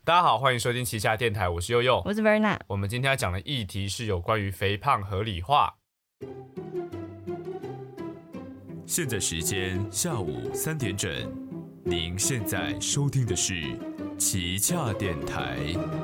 大家好，欢迎收听旗下电台，我是悠悠， 我是 Verna。 我们今天要讲的议题是有关于肥胖合理化。 现在时间下午3点整，您现在收听的是旗下电台。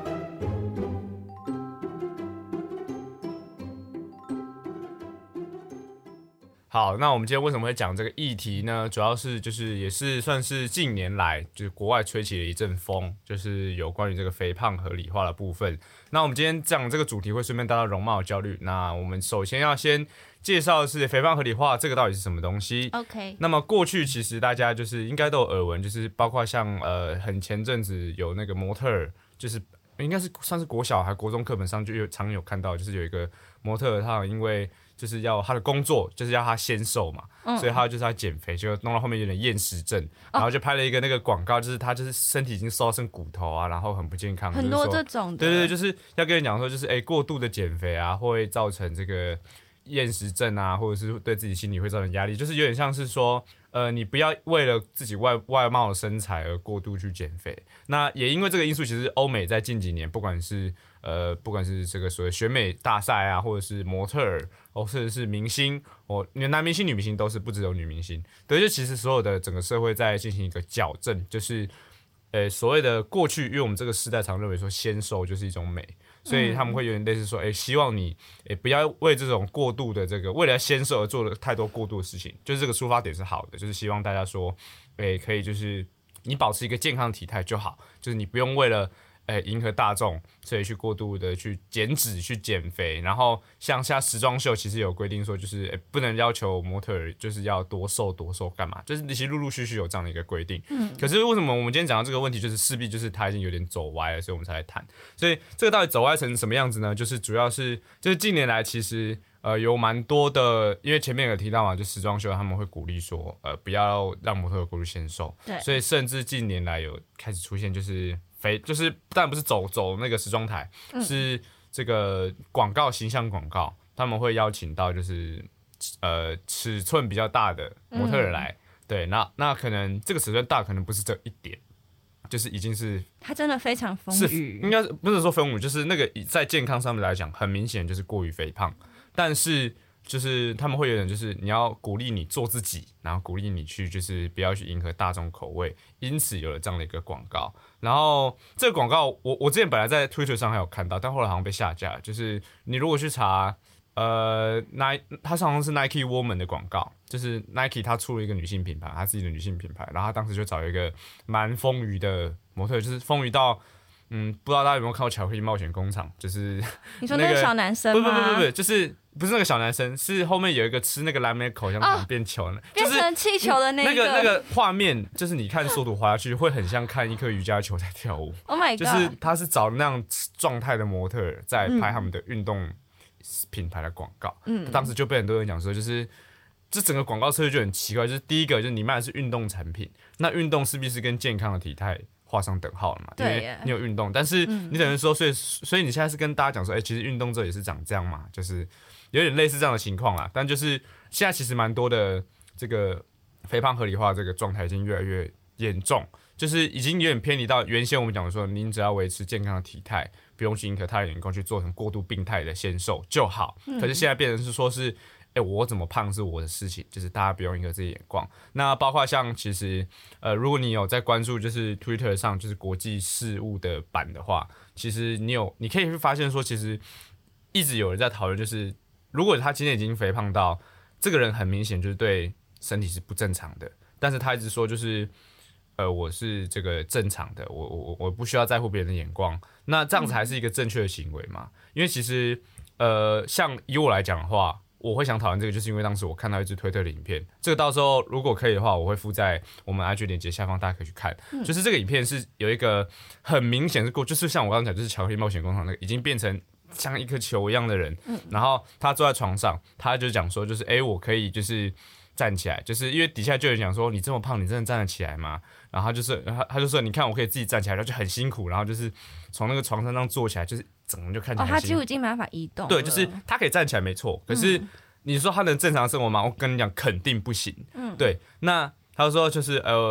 好，那我们今天为什么会讲这个议题呢？主要是也是算是近年来就是国外吹起了一阵风，就是有关于这个肥胖合理化的部分。那我们今天讲这个主题会顺便带到容貌焦虑。那我们首先要先介绍的是肥胖合理化这个到底是什么东西 OK。 那么过去其实大家就是应该都有耳闻，就是包括像很前阵子有那个模特儿，就是应该是算是国小还国中课本上就常有看到，就是有一个模特儿，他因为就是要他的工作就是要他纤瘦嘛，所以他就是要减肥，就弄到后面有点厌食症，然后就拍了一个那个广告，就是他就是身体已经瘦到剩骨头啊，然后很不健康， 很多这种的。 对对对，就是要跟你讲说，就是过度的减肥啊，会造成这个厌食症啊，或者是对自己心理会造成压力，就是有点像是说，你不要为了自己外貌的身材而过度去减肥。那也因为这个因素，其实欧美在近几年，不管是这个所谓选美大赛啊，或者是模特儿，或者是明星，男明星、女明星都是，不只有女明星。对，就其实所有的整个社会在进行一个矫正，就是所谓的过去，因为我们这个世代常认为说纤瘦就是一种美，所以他们会有点类似说，希望你不要为这种过度的这个为了纤瘦而做了太多过度的事情，就是这个出发点是好的，就是希望大家说，可以就是你保持一个健康的体态就好，就是你不用为了迎合大众，所以去过度的去减脂、去减肥。然后像现在时装秀其实有规定说，就是不能要求模特儿就是要多瘦多瘦干嘛，就是其实陆陆续续有这样的一个规定。可是为什么我们今天讲到这个问题，就是势必就是它已经有点走歪了，所以我们才来谈。所以这个到底走歪成什么样子呢？就是主要是就是近年来其实有蛮多的，因为前面有提到嘛，就时装秀他们会鼓励说不要让模特儿过度纤瘦，所以甚至近年来有开始出现就是当然不是走那个时装台，是这个广告形象广告，他们会邀请到就是尺寸比较大的模特儿来，对，那可能这个尺寸大可能不是这一点，就是已经是他真的非常丰腴， 应该不是说丰腴，就是那个在健康上面来讲，很明显就是过于肥胖，但是就是他们会有点就是你要鼓励你做自己，然后鼓励你去就是不要去迎合大众口味，因此有了这样的一个广告。然后这个广告我之前本来在 Twitter 上还有看到，但后来好像被下架了。就是你如果去查它好像是 Nike Woman 的广告，就是 Nike 它出了一个女性品牌，它自己的女性品牌，然后他当时就找一个蛮丰腴的模特，就是丰腴到不知道大家有没有看过《巧克力冒险工厂》？就是你说那个小男生吗？ 不，就是不是那个小男生，是后面有一个吃那个蓝莓口香糖变球的， 变成气球的那个画面，就是你看缩图滑下去，会很像看一颗瑜伽球在跳舞。 Oh my god！ 就是他是找那样状态的模特在拍他们的运动品牌的广告。当时就被很多人讲说，就是这整个广告策略就很奇怪，就是第一个就是你卖的是运动产品，那运动势必是跟健康的体态画上等号了嘛，因为你有运动，但是你等于说，所以你现在是跟大家讲说，其实运动这也是长这样嘛，就是有点类似这样的情况啦。但就是现在其实蛮多的这个肥胖合理化这个状态已经越来越严重，就是已经有点偏离到原先我们讲的说，您只要维持健康的体态，不用去迎合他人眼光去做成过度病态的纤瘦就好。可是现在变成是说是。我怎么胖是我的事情，就是大家不用迎合自己眼光。那包括像其实如果你有在关注就是 Twitter 上就是国际事务的版的话，其实你可以去发现说，其实一直有人在讨论，就是如果他今天已经肥胖到这个人很明显就是对身体是不正常的，但是他一直说就是我是这个正常的，我不需要在乎别人的眼光，那这样子还是一个正确的行为嘛？因为其实像以我来讲的话。我会想讨论这个，就是因为当时我看到一支推特的影片，这个到时候如果可以的话，我会附在我们 IG 链接下方，大家可以去看。就是这个影片是有一个很明显是就是像我刚才讲，就是巧克力冒险工厂那个已经变成像一颗球一样的人，然后他坐在床上，他就讲说，就是我可以就是站起来，就是因为底下就有人讲说，你这么胖，你真的站得起来吗？然后他就说，你看我可以自己站起来，然后就很辛苦，然后就是从那个床上这样坐起来，就是整个就看起来很辛苦。 他几乎已经没办法移动了。 对，就是他可以站起来没错，可是你说他能正常生活吗？我跟你讲，肯定不行。对，那他就说就是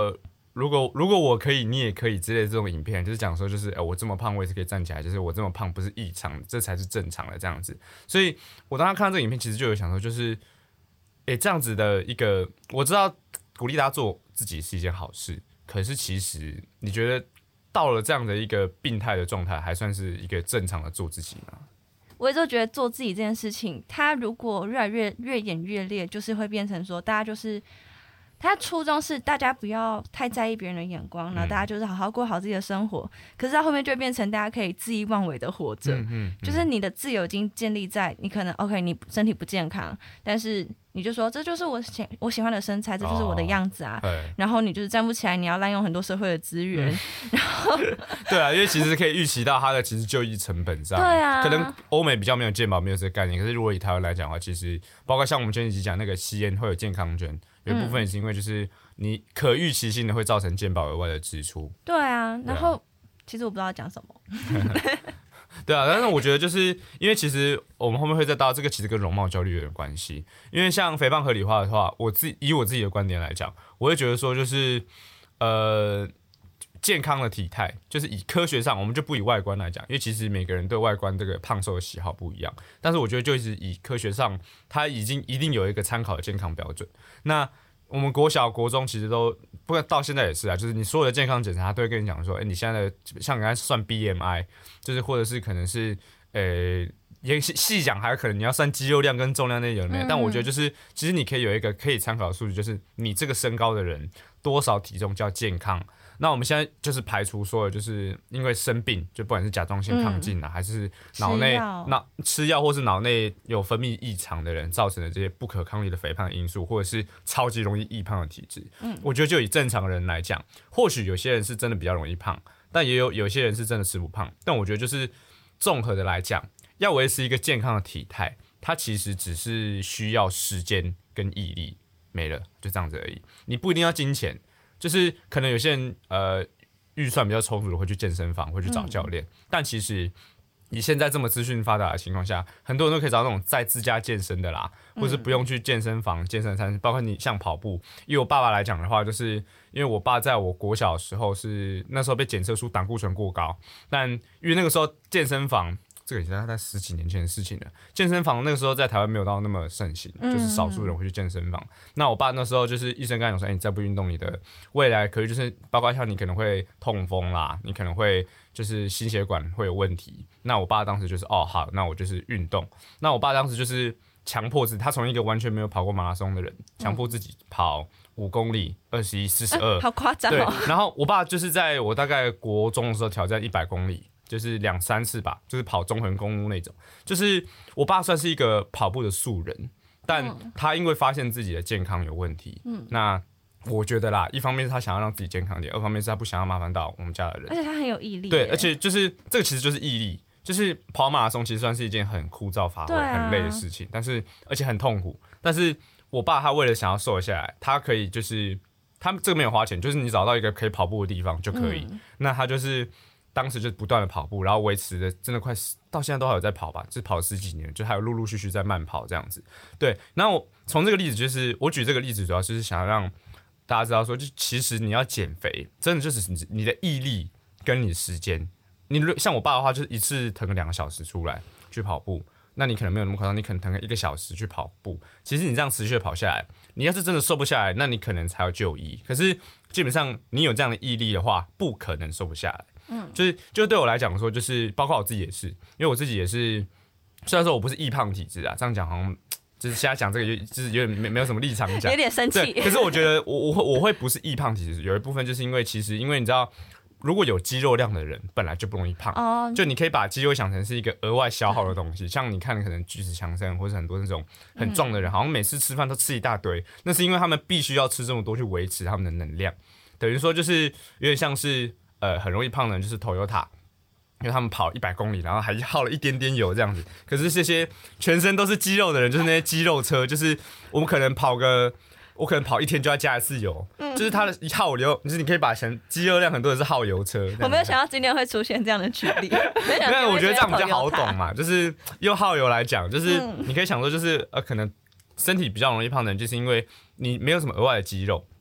如果我可以，你也可以之类的这种影片，就是讲说就是我这么胖我也是可以站起来，就是我这么胖不是异常，这才是正常的这样子。所以我当时看到这个影片，其实就有想说就是这样子的一个，我知道鼓励大家做自己是一件好事，可是其实你觉得到了这样的一个病态的状态，还算是一个正常的做自己吗？ 我一直觉得做自己这件事情，它如果越来越演越烈，就是会变成说大家就是他初衷是大家不要太在意别人的眼光，然后大家就是好好过好自己的生活。可是到后面就会变成大家可以恣意妄为的活着，就是你的自由已经建立在你可能 OK 你身体不健康，但是你就说这就是我喜欢的身材，这就是我的样子啊。然后你就是站不起来，你要滥用很多社会的资源，然后对啊，因为其实可以预期到它的其实就医成本上， 对啊， 可能欧美比较没有健保，没有这个概念。可是如果以台湾来讲的话，其实包括像我们前几集讲那个吸烟会有健康券。有一部分也是因为就是你可预期性的会造成健保额外的支出。 对啊，然后其实我不知道讲什么。 对啊，但是我觉得就是因为其实我们后面会再到这个，其实跟容貌焦虑有点关系。因为像肥胖合理化的话，以我自己的观点来讲，我会觉得说就是健康的体态，就是以科学上，我们就不以外观来讲，因为其实每个人对外观这个胖瘦的喜好不一样。但是我觉得就是以科学上，它一定有一个参考的健康标准。那我们国小、国中其实都，不过到现在也是啊，就是你所有的健康检查，他都会跟你讲说，你现在的像你刚才算 BMI， 就是或者是可能是也细讲，还有可能你要算肌肉量跟重量那有没有？但我觉得就是，其实你可以有一个可以参考的数据，就是你这个身高的人多少体重叫健康。那我们现在就是排除说的，就是因为生病，就不管是甲状腺亢进还是脑内吃药或是脑内有分泌异常的人造成的这些不可抗力的肥胖因素，或者是超级容易易胖的体质。我觉得就以正常人来讲，或许有些人是真的比较容易胖，但也有些人是真的吃不胖。但我觉得就是综合的来讲，要维持一个健康的体态，它其实只是需要时间跟毅力，没了就这样子而已。你不一定要金钱。就是可能有些人预算比较充足的会去健身房，会去找教练，但其实以现在这么资讯发达的情况下，很多人都可以找那种在自家健身的啦，或是不用去健身房、健身餐，包括你像跑步。以我爸爸来讲的话，就是因为我爸在我国小的时候是那时候被检测出胆固醇过高，但因为那个时候健身房。这个已经在10几年前的事情了。健身房那个时候在台湾没有到那么盛行，就是少数人会去健身房。那我爸那时候就是医生跟他讲说，你再不运动，你的未来可以就是包括像你可能会痛风啦，你可能会就是心血管会有问题。那我爸当时就是好，那我就是运动。那我爸当时就是强迫自己，他从一个完全没有跑过马拉松的人，强迫自己跑5公里、21、42， 好夸张哦。 对，然后我爸就是在我大概国中的时候挑战100公里。就是2、3次吧，就是跑中横公路那种。就是我爸算是一个跑步的素人，但他因为发现自己的健康有问题，那我觉得啦，一方面是他想要让自己健康一点，二方面是他不想要麻烦到我们家的人。 而且他很有毅力。 对，而且就是这个其实就是毅力，就是跑马拉松其实算是一件很枯燥乏味、很累的事情，但是而且很痛苦。但是我爸他为了想要瘦下来，他可以就是他这个没有花钱，就是你找到一个可以跑步的地方就可以。那他就是。当时就不断的跑步，然后维持的真的快到现在都还有在跑吧，就是跑了10几年，就还有陆陆续续在慢跑这样子。对，然后我从这个例子就是我举这个例子，主要就是想要让大家知道说，就其实你要减肥，真的就是你的毅力跟你的时间。你像我爸的话，就是一次腾个2个小时出来去跑步，那你可能没有那么夸张，你可能腾个1个小时去跑步。其实你这样持续的跑下来，你要是真的瘦不下来，那你可能才要就医。可是基本上你有这样的毅力的话，不可能瘦不下来。就对我来讲说，就是包括我自己也是，因为我自己也是，虽然说我不是易胖体质啊，这样讲好像就是现在讲这个就是有点没有什么立场讲， 有点生气。 可是我觉得我会不是易胖体质，有一部分就是因为因为你知道，如果有肌肉量的人本来就不容易胖，就你可以把肌肉想成是一个额外消耗的东西，像你看可能巨石强森或者很多那种很壮的人，好像每次吃饭都吃一大堆，那是因为他们必须要吃这么多去维持他们的能量，等于说就是有点像是。很容易胖的人就是 Toyota， 因为他们跑100公里，然后还耗了一点点油这样子。可是这些全身都是肌肉的人，就是那些肌肉车，就是我可能跑1天就要加1次油，就是它的耗油，就是你可以把肌肉量很多的是耗油车。 我没有想到今天会出现这样的举例，因为我觉得这样比较好懂嘛，就是用耗油来讲，就是你可以想说，就是可能身体比较容易胖的人，就是因为你没有什么额外的肌肉。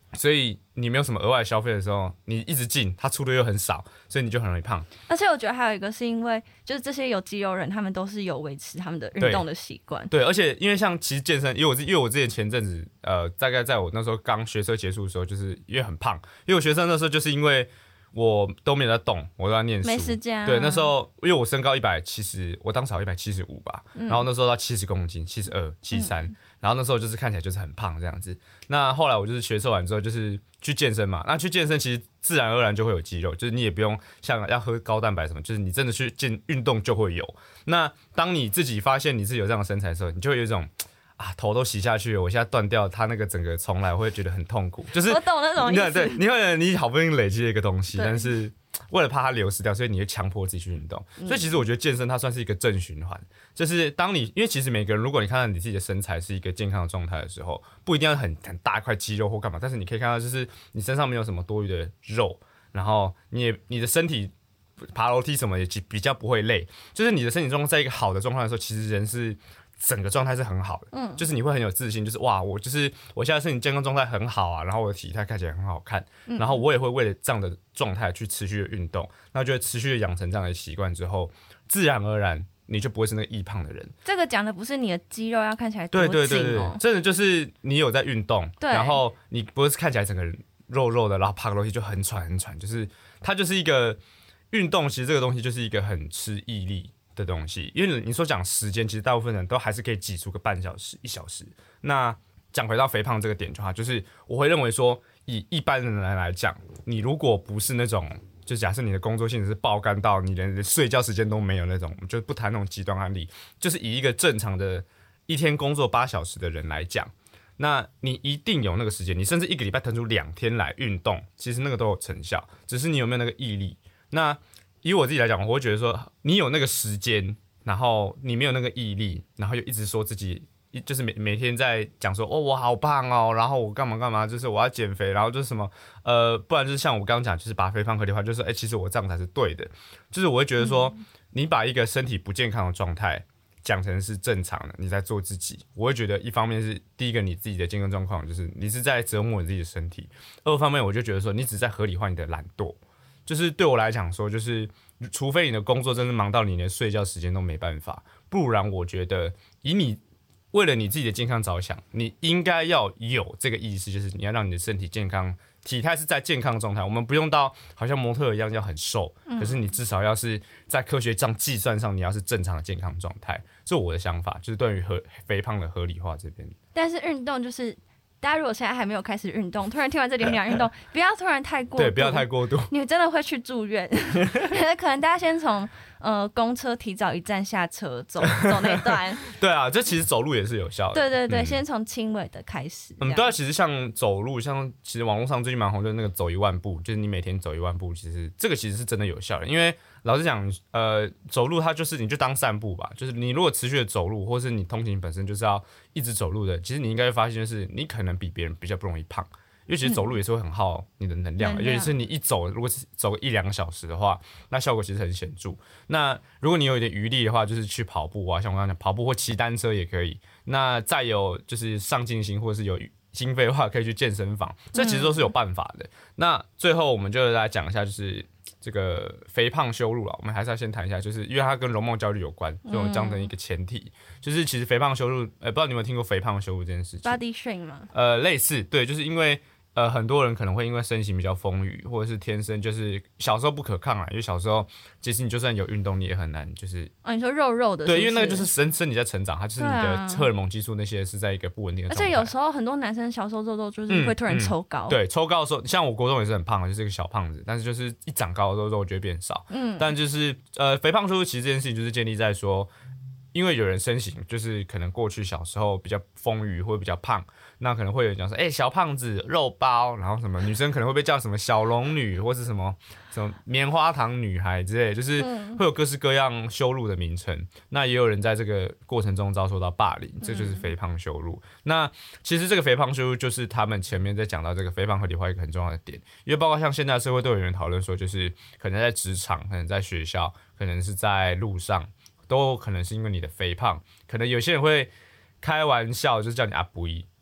所以你没有什么额外消费的时候，你一直进，它出的又很少，所以你就很容易胖。 而且我觉得还有一个是因为，就是这些有肌肉人，他们都是有维持他们的运动的习惯。 对，而且因为像其实健身，因为我之前前阵子大概在我那时候刚学车结束的时候，就是因为很胖，因为我学生那时候就是因为我都没有在动，我都在念书， 没时间、啊。 对，那时候因为我身高170，我当时好175吧，然后那时候到70公斤，72、73。然后那时候就是看起来就是很胖这样子。那后来我就是学测完之后，就是去健身嘛。那去健身其实自然而然就会有肌肉，就是你也不用像要喝高蛋白什么，就是你真的去运动就会有。那当你自己发现你自己有这样的身材的时候，你就会有一种头都洗下去了，我现在断掉，它那个整个重来，我会觉得很痛苦。就是我懂那种意思。 对，你好不容易累积了一个东西，但是为了怕它流失掉，所以你会强迫自己去运动。所以其实我觉得健身它算是一个正循环，就是当你因为其实每个人，如果你看到你自己的身材是一个健康的状态的时候，不一定要很大一块肌肉或干嘛，但是你可以看到就是你身上没有什么多余的肉，然后你的身体爬楼梯什么也比较不会累，就是你的身体状况在一个好的状态的时候，其实人是整个状态是很好的，就是你会很有自信，就是哇，我现在身体健康状态很好啊，然后我的体态看起来很好看，然后我也会为了这样的状态去持续的运动，那就会持续的养成这样的习惯之后，自然而然你就不会是那个易胖的人。 这个讲的不是你的肌肉要看起来多紧对，真的就是你有在运动，然后你不是看起来整个人肉肉的，然后爬个楼梯就很喘，就是它就是一个运动，其实这个东西就是一个很吃毅力的东西，因为你说讲时间，其实大部分人都还是可以挤出个半小时、1小时。那讲回到肥胖这个点的话，就是我会认为说，以一般人来讲，你如果不是那种，就假设你的工作性质是爆肝到你连睡觉时间都没有那种，就不谈那种极端案例，就是以一个正常的一天工作8小时的人来讲，那你一定有那个时间，你甚至一个礼拜腾出2天来运动，其实那个都有成效，只是你有没有那个毅力。那以我自己来讲，我会觉得说，你有那个时间，然后你没有那个毅力，然后又一直说自己就是每天在讲说，我好胖哦，然后我干嘛，就是我要减肥，然后就是什么不然就是像我刚刚讲，就是把肥胖合理化，就是其实我这样才是对的，就是我会觉得说，你把一个身体不健康的状态讲成是正常的，你在做自己，我会觉得一方面是第一个你自己的健康状况，就是你是在折磨你自己的身体；二方面我就觉得说，你只是在合理化你的懒惰。就是对我来讲说，就是除非你的工作真的忙到你连睡觉时间都没办法，不然我觉得为了你自己的健康着想，你应该要有这个意识，就是你要让你的身体健康，体态是在健康状态。我们不用到好像模特一样要很瘦，可是你至少要是在科学上计算上，你要是正常的健康状态。这是我的想法，就是对于肥胖的合理化这边。 但是运动就是大家如果现在还没有开始运动，突然听完这里很想运动，不要突然太过度， 对，不要太过度， 你真的会去住院。可能大家先从公车提早1站下车走那段。 对啊，这其实走路也是有效的。 对，先从轻微的开始。 对啊，其实像走路，其实网络上最近蛮红，就是那个走1万步，就是你每天走1万步，其实这个其实是真的有效的。因为老实讲，走路它就是你就当散步吧，就是你如果持续的走路，或是你通勤本身就是要一直走路的，其实你应该会发现，就是你可能比别人比较不容易胖。因为其实走路也是会很耗你的能量的，尤其是你一走，如果是走个1-2个小时的话，那效果其实很显著。那如果你有一点余力的话，就是去跑步啊，像我刚刚讲跑步或骑单车也可以。那再有就是上进心或者是有经费的话，可以去健身房，这其实都是有办法的。那最后我们就来讲一下，就是这个肥胖羞辱了，我们还是要先谈一下，就是因为它跟容貌焦虑有关，所以我们讲成一个前提，就是其实肥胖羞辱，不知道你有没有听过肥胖羞辱这件事情 ？Body shame 吗？ 类似，对，就是因为。很多人可能会因为身形比较丰腴，或者是天生就是小时候不可抗啊，因为小时候其实你就算有运动，你也很难就是你说肉肉的对，因为那个就是身体在成长，它就是你的荷尔蒙激素那些是在一个不稳定的状态。 而且有时候很多男生小时候肉就是会突然抽高， 对，抽高的时候，像我国中也是很胖的，就是一个小胖子，但是就是一长高的时候肉就会变少。但就是肥胖羞辱其实这件事情就是建立在说，因为有人身形就是可能过去小时候比较丰腴或者比较胖。那可能会有人讲说，小胖子、肉包，然后什么女生可能会被叫什么小龙女，或是什么棉花糖女孩之类的，就是会有各式各样羞辱的名称。那也有人在这个过程中遭受到霸凌，这就是肥胖羞辱。那其实这个肥胖羞辱就是他们前面在讲到这个肥胖合理化一个很重要的点，因为包括像现在社会都有人讨论说，就是可能在职场、可能在学校、可能是在路上，都可能是因为你的肥胖，可能有些人会开玩笑就是叫你阿布伊，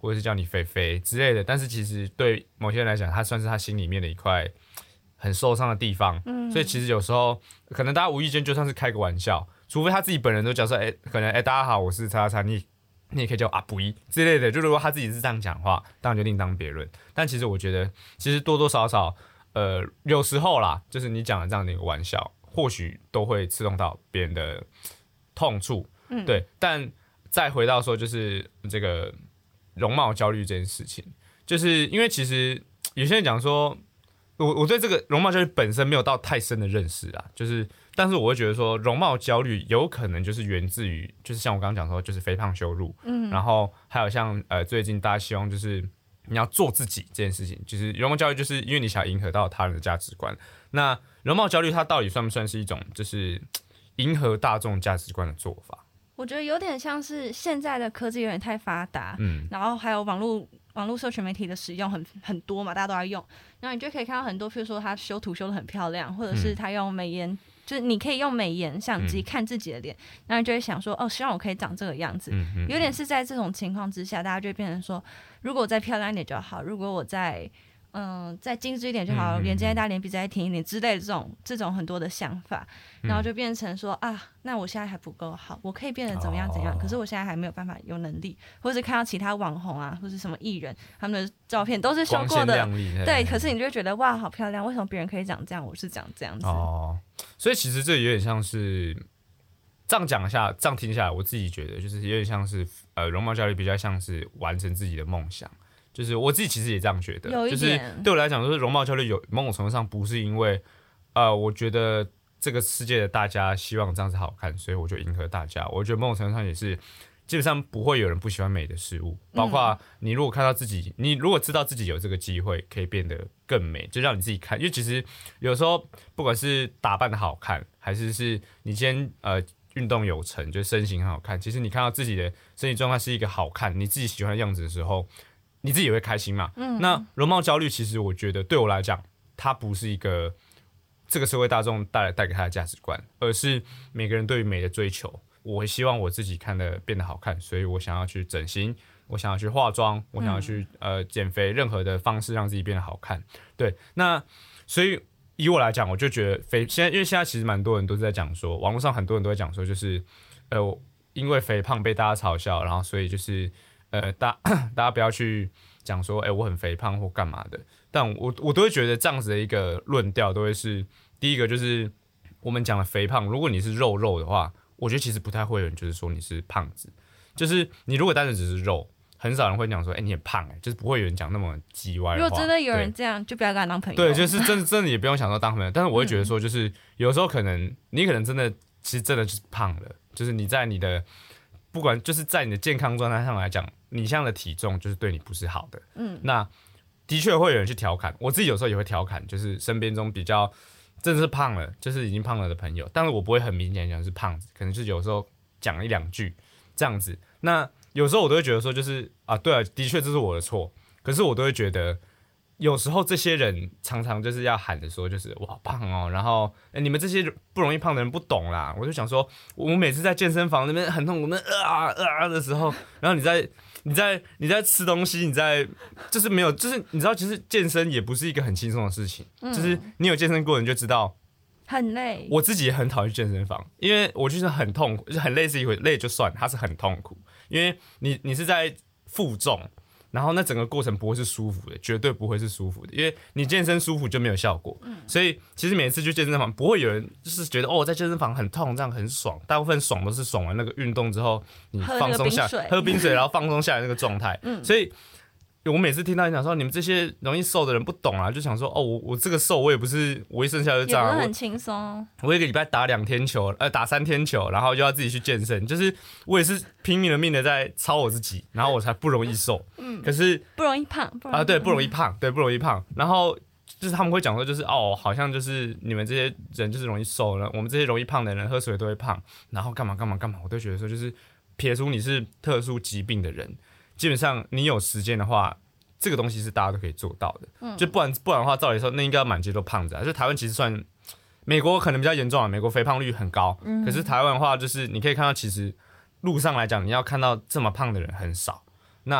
或者是叫你肥肥之类的，但是其实对某些人来讲，它算是他心里面的一块很受伤的地方。所以其实有时候可能大家无意间就算是开个玩笑，除非他自己本人都讲说，可能大家好，我是叉叉，你也可以叫我阿布依之类的。就如果他自己是这样讲话，当然就另当别论。但其实我觉得，其实多多少少，有时候啦，就是你讲的这样的一个玩笑，或许都会刺痛到别人的痛处。对。但再回到说，就是这个容貌焦虑这件事情，就是因为其实有些人讲说，我对这个容貌焦虑本身没有到太深的认识啊，就是但是我会觉得说，容貌焦虑有可能就是源自于，就是像我刚刚讲说，就是肥胖羞辱，然后还有像最近大家希望就是你要做自己这件事情，就是容貌焦虑，就是因为你想迎合到他人的价值观。那容貌焦虑它到底算不算是一种就是迎合大众价值观的做法？ 我觉得有点像是现在的科技有点太发达，然后还有网络社群媒体的使用很多嘛，大家都在用，然后你就可以看到很多，譬如说他修图修得很漂亮，或者是他用美颜，就是你可以用美颜相机看自己的脸，然后你就会想说，希望我可以长这个样子。有点是在这种情况之下，大家就会变成说，如果我再漂亮一点就好，如果我再精致一点就好，眼睛再大，脸鼻子再挺一点之类的这种很多的想法，然后就变成说那我现在还不够好，我可以变得怎么样怎样，可是我现在还没有办法有能力，或是看到其他网红啊，或是什么艺人，他们的照片都是修过的， 光鲜亮丽， 对，可是你就会觉得哇，好漂亮，为什么别人可以长这样，我是长这样子？ 所以其实这有点像是这样讲一下，这样听下来，我自己觉得就是有点像是容貌焦虑比较像是完成自己的梦想。就是我自己其实也这样觉得，就是对我来讲，就是容貌焦虑有某种程度上不是因为，我觉得这个世界的大家希望这样子好看，所以我就迎合大家。我觉得某种程度上也是，基本上不会有人不喜欢美的事物，包括你如果看到自己，你如果知道自己有这个机会可以变得更美，就让你自己看。因为其实有时候不管是打扮的好看，还是你今天运动有成，就是身形很好看，其实你看到自己的身体状态是一个好看，你自己喜欢的样子的时候，你自己也会开心嘛。那容貌焦虑其实我觉得对我来讲，它不是一个这个社会大众带给他的价值观，而是每个人对于美的追求。我会希望我自己看得变得好看，所以我想要去整形，我想要去化妆，我想要去减肥，任何的方式让自己变得好看。对，那所以以我来讲，我就觉得因为现在其实蛮多人都在讲说，网络上很多人都在讲说，就是因为肥胖被大家嘲笑，然后所以就是大家不要去讲说我很肥胖或干嘛的。但我都会觉得这样子的一个论调都会是第一个，就是我们讲的肥胖，如果你是肉的话，我觉得其实不太会有人就是说你是胖子，就是你如果单纯只是肉，很少人会讲说你很胖就是不会有人讲那么叽歪的话。 如果真的有人这样，就不要跟他当朋友。 对，就是真的也不用想说当朋友，但是我会觉得说，就是有时候你可能真的其实真的就是胖了，就是你在你的不管就是在你的健康状态上来讲，你这样的体重就是对你不是好的。那的确会有人去调侃，我自己有时候也会调侃，就是身边中比较真的是胖了，就是已经胖了的朋友，但是我不会很明显讲是胖子，可能就是有时候讲一两句这样子。那有时候我都会觉得说，就是对啊，的确这是我的错，可是我都会觉得有时候这些人常常就是要喊着说，就是我好胖哦，然后你们这些不容易胖的人不懂啦。我就想说，我每次在健身房那边很痛苦，的时候，然后你在吃东西，就是没有，就是你知道，其实健身也不是一个很轻松的事情，就是你有健身过，你就知道很累。 我自己也很讨厌健身房，因为我就是很痛苦，很累是一回，累就算，它是很痛苦，因为你是在负重。然后那整个过程不会是舒服的，绝对不会是舒服的，因为你健身舒服就没有效果。所以其实每次去健身房，不会有人就是觉得在健身房很痛，这样很爽。大部分爽都是爽完那个运动之后，你放松下，喝冰水，然后放松下来那个状态。所以我每次听到你讲说你们这些容易瘦的人不懂啊，就想说我这个瘦我也不是我一生下来就这样， 也不是很轻松。 我一个礼拜打2天球，打3天球，然后又要自己去健身，就是我也是拼命的在操我自己，然后我才不容易瘦。可是不容易胖对，不容易胖，对，不容易胖。然后就是他们会讲说，就是好像就是你们这些人就是容易瘦了，我们这些容易胖的人喝水都会胖，然后干嘛，我都觉得说，就是撇除你是特殊疾病的人。基本上你有时间的话，这个东西是大家都可以做到的。就不然的话，照理说那应该满街都胖子啊。就台湾其实算，美国可能比较严重啊，美国肥胖率很高。可是台湾的话，就是你可以看到，其实路上来讲，你要看到这么胖的人很少。那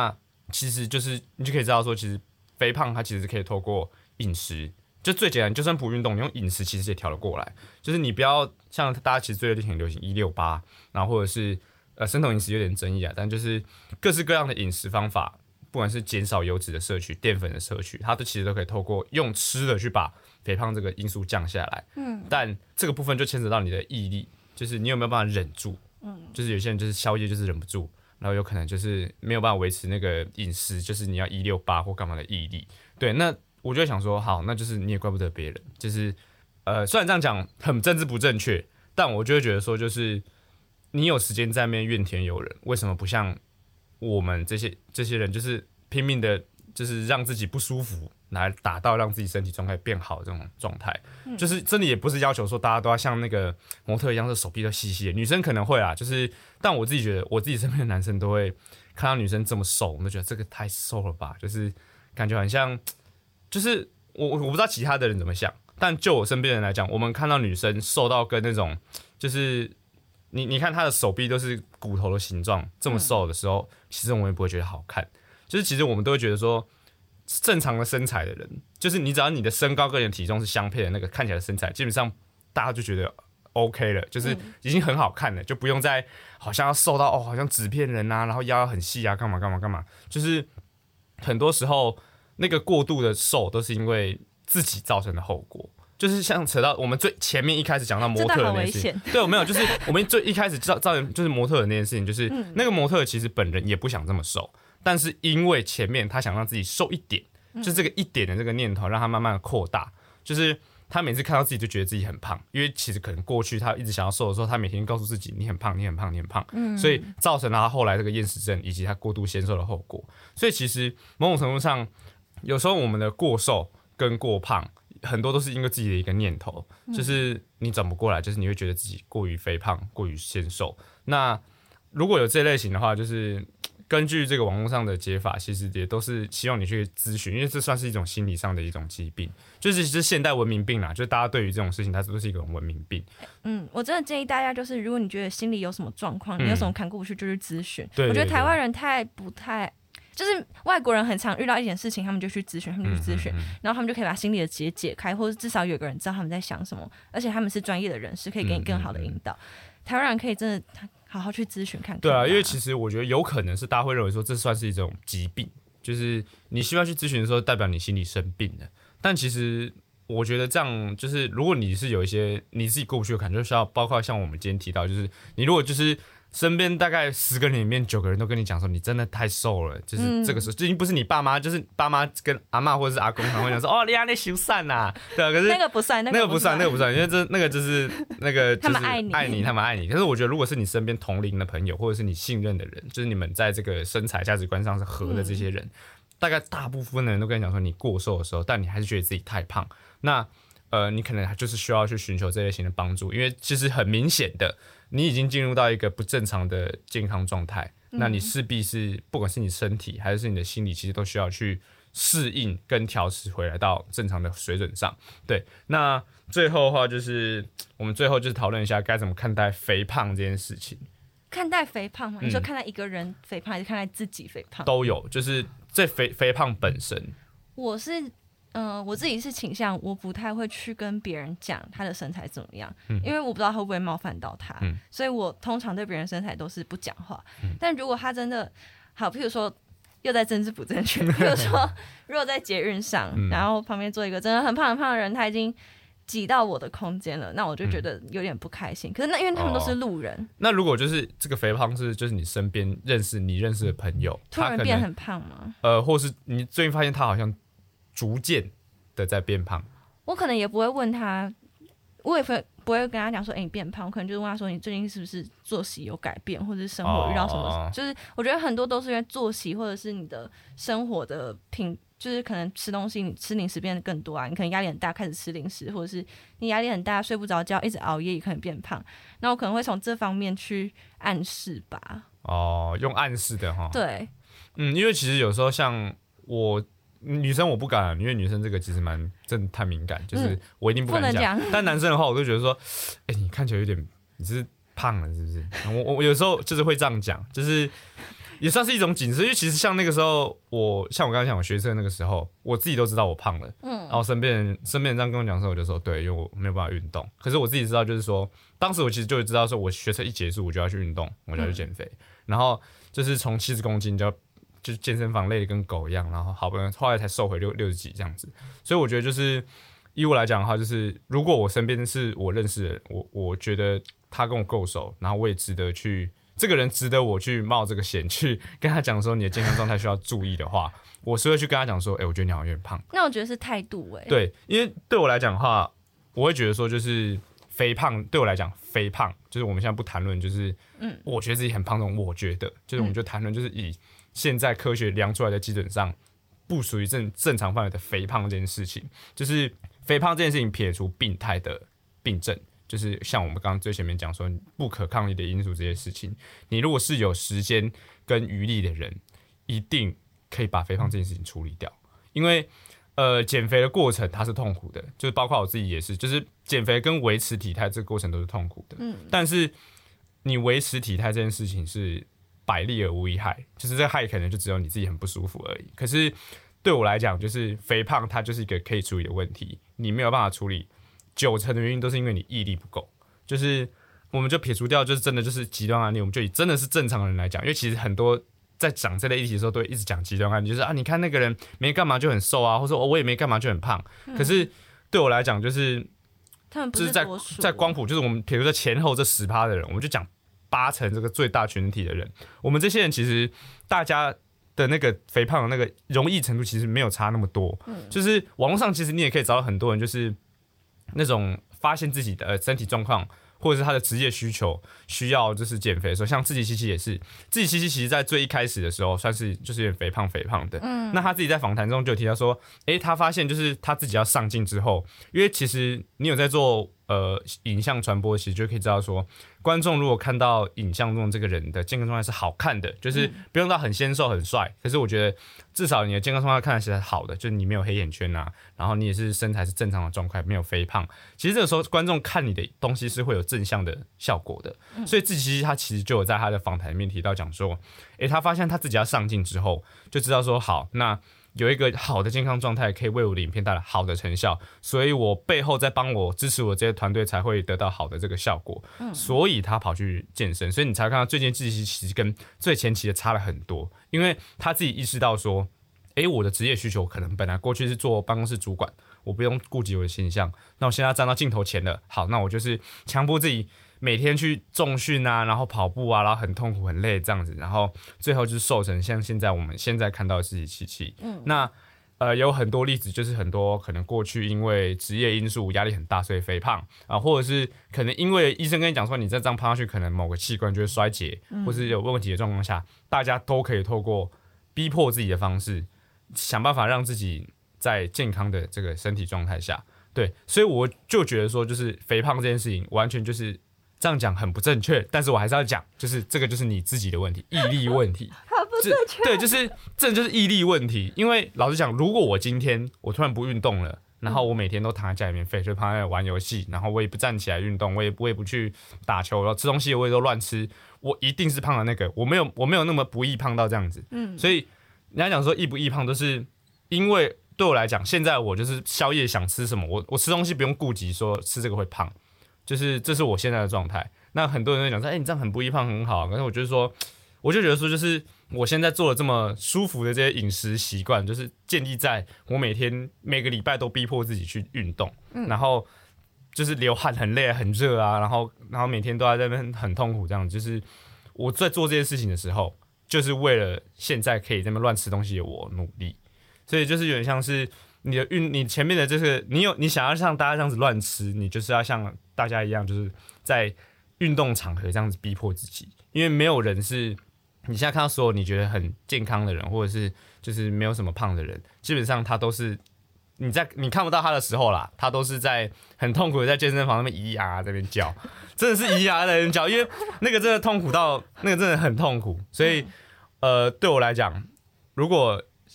其实就是你就可以知道说，其实肥胖它其实可以透过饮食，就最简单，就算不运动，你用饮食其实也调得过来。就是你不要像大家其实最近很流行168，然后或者是生酮饮食有点争议啊，但就是各式各样的饮食方法，不管是减少油脂的摄取、淀粉的摄取，它其实都可以透过用吃的去把肥胖这个因素降下来。但这个部分就牵扯到你的毅力，就是你有没有办法忍住。就是有些人就是宵夜就是忍不住，然后有可能就是没有办法维持那个饮食，就是你要168或干嘛的毅力。对，那我就会想说，好，那就是你也怪不得别人。就是虽然这样讲很政治不正确，但我就会觉得说，就是你有时间在那边怨天尤人，为什么不像我们这些人，就是拼命的，就是让自己不舒服，来达到让自己身体状态变好这种状态？就是真的也不是要求说大家都要像那个模特一样，手臂都细细的，女生可能会啦，就是但我自己觉得，我自己身边的男生都会看到女生这么瘦，我们就觉得这个太瘦了吧，就是感觉很像，就是我不知道其他的人怎么想，但就我身边人来讲，我们看到女生瘦到跟那种就是你看她的手臂都是骨头的形状，这么瘦的时候，其实我们也不会觉得好看。就是其实我们都会觉得说，正常的身材的人，就是你只要你的身高跟你的体重是相配的，那个看起来的身材，基本上大家就觉得 OK 了，就是已经很好看了，就不用再好像要瘦到好像纸片人啊，然后腰很细啊，干嘛干嘛干嘛。就是很多时候那个过度的瘦都是因为自己造成的后果。就是像扯到我们最前面一开始讲到模特的那件事情，对，我没有，就是我们最一开始造成就是模特的那件事情，就是那个模特其实本人也不想这么瘦，但是因为前面他想让自己瘦一点，就是这个一点的这个念头让他慢慢的扩大，就是他每次看到自己就觉得自己很胖，因为其实可能过去他一直想要瘦的时候，他每天告诉自己你很胖，你很胖，你很胖，所以造成了他后来这个厌食症以及他过度纤瘦的后果。所以其实某种程度上，有时候我们的过瘦跟过胖，很多都是因为自己的一个念头，就是你转不过来，就是你会觉得自己过于肥胖、过于纤瘦。那如果有这类型的话，就是根据这个网络上的解法，其实也都是希望你去咨询，因为这算是一种心理上的一种疾病，就是现代文明病啦，就是大家对于这种事情，它都是一种文明病。 我真的建议大家，就是如果你觉得心里有什么状况，你有什么坎过不去，就去咨询。 对， 我觉得台湾人不太。就是外国人很常遇到一点事情，他们就去咨询，然后他们就可以把心里的结解开，或者至少有个人知道他们在想什么，而且他们是专业的人士，可以给你更好的引导。台湾人可以真的好好去咨询看看。 对啊，因为其实我觉得有可能是大家会认为说这算是一种疾病，就是你需要去咨询的时候，代表你心里生病了。但其实我觉得这样就是，如果你是有一些你自己过不去的坎，就需要包括像我们今天提到，就是你如果就是身边大概10个人里面9个人都跟你讲说你真的太瘦了，就是这个时候，就已经不是你爸妈，就是爸妈跟阿嬷或者是阿公常会讲说你那修善呐，对啊，可是那个不算，因为那个就是那个他们爱你， 他们爱你。可是我觉得如果是你身边同龄的朋友，或者是你信任的人，就是你们在这个身材价值观上是合的这些人，大概大部分的人都跟你讲说你过瘦的时候，但你还是觉得自己太胖，那你可能就是需要去寻求这类型的帮助，因为其实很明显的，你已经进入到一个不正常的健康状态，那你势必是不管是你身体还是你的心理，其实都需要去适应跟调试回来到正常的水准上。对，那最后的话就是我们最后就是讨论一下该怎么看待肥胖这件事情。 看待肥胖吗？你说看待一个人肥胖，还是看待自己肥胖？ 都有，就是这肥胖本身。 我自己是倾向，我不太会去跟别人讲他的身材怎么样，因为我不知道会不会冒犯到他，所以我通常对别人身材都是不讲话。但如果他真的好，譬如说又在政治不正确，譬如说如果在捷运上，然后旁边坐一个真的很胖很胖的人，他已经挤到我的空间了，那我就觉得有点不开心。可是那因为他们都是路人， 那如果就是这个肥胖是就是你身边认识的朋友， 突然变很胖吗？ 或是你最近发现他好像逐渐的在变胖， 我可能也不会问他，我也不会跟他讲说，你变胖，我可能就是问他说，你最近是不是作息有改变，或者是生活遇到什么，就是我觉得很多都是因为作息或者是你的生活的就是可能吃东西，你吃零食变得更多啊，你可能压力很大开始吃零食，或者是你压力很大睡不着觉，一直熬夜也可能变胖，那我可能会从这方面去暗示吧。 用暗示的哈。 对， 因为其实有时候像女生我不敢，因为女生这个其实真的太敏感，就是我一定不敢讲。但男生的话，我都觉得说，你看起来有点，你是胖了是不是？我有时候就是会这样讲，就是也算是一种警示，因为其实像那个时候，像我刚才讲我学车那个时候，我自己都知道我胖了，然后身边人这样跟我讲的时候，我就说对，因为我没有办法运动。可是我自己知道，就是说，当时我其实就知道说，我学车一结束，我就要去运动，我就要去减肥，然后就是从70公斤就健身房累得跟狗一样，然后好不容易后来才瘦回60几这样子。所以我觉得就是以我来讲的话，就是如果我身边是我认识的人，我觉得他跟我够熟，然后我也值得去。这个人值得我去冒这个险，去跟他讲说你的健康状态需要注意的话，我是会去跟他讲说，我觉得你好像有点胖。 那我觉得是态度对，因为对我来讲的话，我会觉得说就是肥胖对我来讲，肥胖就是我们现在不谈论就是我觉得自己很胖这种，我觉得就是我们就谈论就是以现在科学量出来的基准上，不属于正常范围的肥胖这件事情，就是肥胖这件事情撇除病态的病症。就是像我们刚刚最前面讲说不可抗力的因素这些事情，你如果是有时间跟余力的人，一定可以把肥胖这件事情处理掉。因为减肥的过程它是痛苦的，就是包括我自己也是，就是减肥跟维持体态这个过程都是痛苦的。但是你维持体态这件事情是百利而无一害，就是这个害可能就只有你自己很不舒服而已。可是对我来讲，就是肥胖它就是一个可以处理的问题，你没有办法处理。90%的原因都是因为你毅力不够，就是我们就撇除掉，就是真的就是极端案例，我们就以真的是正常人来讲，因为其实很多在讲这类议题的时候，都会一直讲极端案例，就是你看那个人没干嘛就很瘦啊，或者说我也没干嘛就很胖。可是对我来讲，就是他们不是在光谱，就是我们撇除在前后这10%的人，我们就讲80%这个最大群体的人，我们这些人其实大家的那个肥胖的那个容易程度其实没有差那么多。就是网络上其实你也可以找到很多人，就是那种发现自己的身体状况，或者是他的职业需求需要就是减肥的时候，像志祺七七也是，志祺七七其实在最一开始的时候算是就是有点肥胖的，那他自己在访谈中就有提到说，他发现就是他自己要上镜之后，因为其实你有在做影像传播，其实就可以知道说，观众如果看到影像中这个人的健康状态是好看的，就是不用到很纤瘦很帅，可是我觉得至少你的健康状态看起来是好的，就是你没有黑眼圈啊，然后你也是身材是正常的状态，没有肥胖，其实这个时候观众看你的东西是会有正向的效果的。所以志祺他其实就有在他的访谈里面提到讲说，他发现他自己要上镜之后，就知道说好，那有一个好的健康状态可以为我的影片带来好的成效，所以我背后在帮我支持我这些团队才会得到好的这个效果。所以他跑去健身，所以你才看到最近志祺其实跟最前期的差了很多，因为他自己意识到说，我的职业需求可能本来过去是做办公室主管，我不用顾及我的形象，那我现在站到镜头前了，好，那我就是强迫自己每天去重训啊，然后跑步啊，然后很痛苦很累这样子，然后最后就是瘦成像现在我们现在看到的志祺七七。那有很多例子，就是很多可能过去因为职业因素压力很大，所以肥胖啊，或者是可能因为医生跟你讲说你再这样胖下去，可能某个器官就会衰竭，或是有问题的状况下，大家都可以透过逼迫自己的方式，想办法让自己在健康的这个身体状态下，对，所以我就觉得说，就是肥胖这件事情，完全就是这样讲很不正确，但是我还是要讲，就是这个就是你自己的问题，毅力问题。 很不正确。 对，就是这就是毅力问题。因为老实讲，如果我今天我突然不运动了，然后我每天都躺在家里面废，就躺在那里玩游戏，然后我也不站起来运动，我也不去打球，然后吃东西我也都乱吃，我一定是胖的那个，我没有那么不易胖到这样子。所以人家讲说易不易胖，都是因为对我来讲，现在我就是宵夜想吃什么，我吃东西不用顾及说吃这个会胖。就是这是我现在的状态。那很多人会讲说，你这样很不易胖很好。可是我就觉得说，就是我现在做了这么舒服的这些饮食习惯，就是建立在我每个礼拜都逼迫自己去运动，然后就是流汗很累很热啊，然后每天都在那边很痛苦这样。就是我在做这件事情的时候，就是为了现在可以这么乱吃东西的我努力。所以就是有点像是你前面的就是你想要像大家这样子乱吃，你就是要像大家一样，就是在运动场合这样子逼迫自己，因为没有人是你现在看到所有你觉得很健康的人，或者是就是没有什么胖的人，基本上他都是你看不到他的时候啦，他都是在很痛苦的在健身房那边咿呀这边叫，真的是咿呀在那边叫，因为那个真的痛苦到那个真的很痛苦，所以对我来讲，如果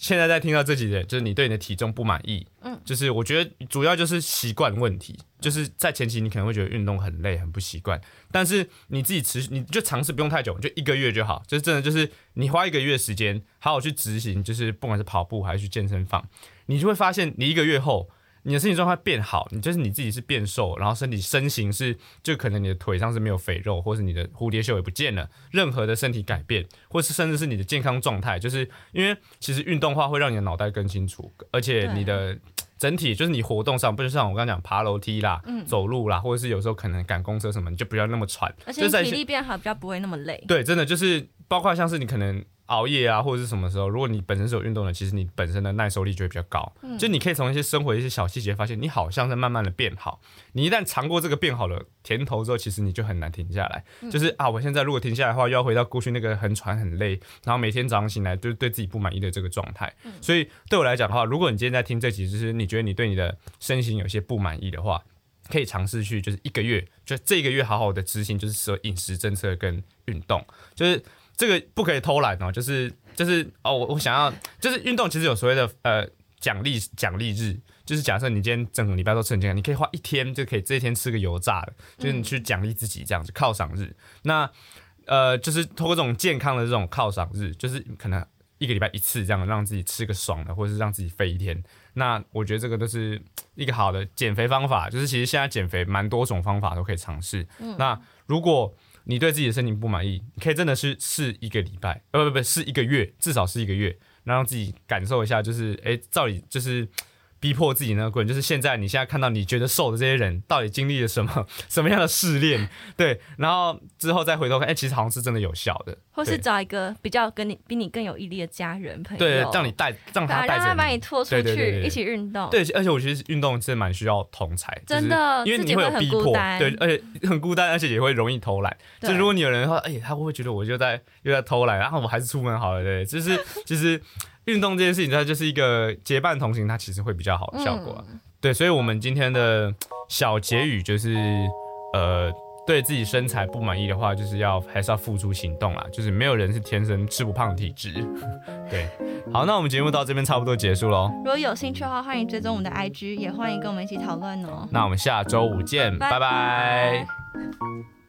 现在在听到这集的人，就是你对你的体重不满意，就是我觉得主要就是习惯问题，就是在前期你可能会觉得运动很累很不习惯，但是你自己你就尝试不用太久，就1个月就好，就是真的就是你花1个月时间好好去执行，就是不管是跑步还是去健身房，你就会发现你1个月后。你的身体状态变好，你就是你自己是变瘦，然后身形是就可能你的腿上是没有肥肉，或是你的蝴蝶袖也不见了，任何的身体改变，或是甚至是你的健康状态，就是因为其实运动化会让你的脑袋更清楚，而且你的整体就是你活动上，不就像我刚刚讲爬楼梯啦、走路啦，或者是有时候可能赶公车什么，你就不要那么喘， 而且你体力变好，比较不会那么累。 对，真的就是包括像是你可能熬夜啊，或者是什么时候，如果你本身是有运动的，其实你本身的耐受力就会比较高。就你可以从一些生活的一些小细节发现，你好像在慢慢的变好。你一旦尝过这个变好的甜头之后，其实你就很难停下来。就是我现在如果停下来的话，又要回到过去那个很喘很累，然后每天早上醒来就是对自己不满意的这个状态。所以对我来讲的话，如果你今天在听这集，就是你觉得你对你的身形有些不满意的话，可以尝试去就是1个月，就这1个月好好的执行，就是饮食政策跟运动，就是这个不可以偷懒哦，就是我想要就是运动，其实有所谓的奖励日，就是假设你今天整个礼拜都吃很健康，你可以花1天就可以这一天吃个油炸的，就是你去奖励自己这样子犒赏日。那就是透过这种健康的这种犒赏日，就是可能1个礼拜1次这样让自己吃个爽的，或者是让自己飞1天。那我觉得这个都是一个好的减肥方法，就是其实现在减肥蛮多种方法都可以尝试。那如果你对自己的身体不满意，你可以真的是试1个礼拜，试1个月，至少是1个月，让自己感受一下，就是照理就是逼迫自己那个过程，就是现在看到你觉得瘦的这些人，到底经历了什么样的试炼，对，然后之后再回头看，其实好像是真的有效的， 或是找一个比你更有毅力的家人朋友， 对，让他把你拖出去一起运动， 对，而且我觉得运动是蛮需要同才， 真的， 因为你会有逼迫，对，而且很孤单，而且也会容易偷懒。就如果你有人的话，他会不会觉得我又在偷懒，然后我还是出门好了，对，就是其实。运动这件事情，它就是一个结伴同行，它其实会比较好的效果。对，所以我们今天的小结语就是，对自己身材不满意的话，就是还是要付诸行动啦。就是没有人是天生吃不胖的体质。对，好，那我们节目到这边差不多结束咯。 如果有兴趣的话，欢迎追踪我们的 IG， 也欢迎跟我们一起讨论哦。 那我们下周5见，拜拜。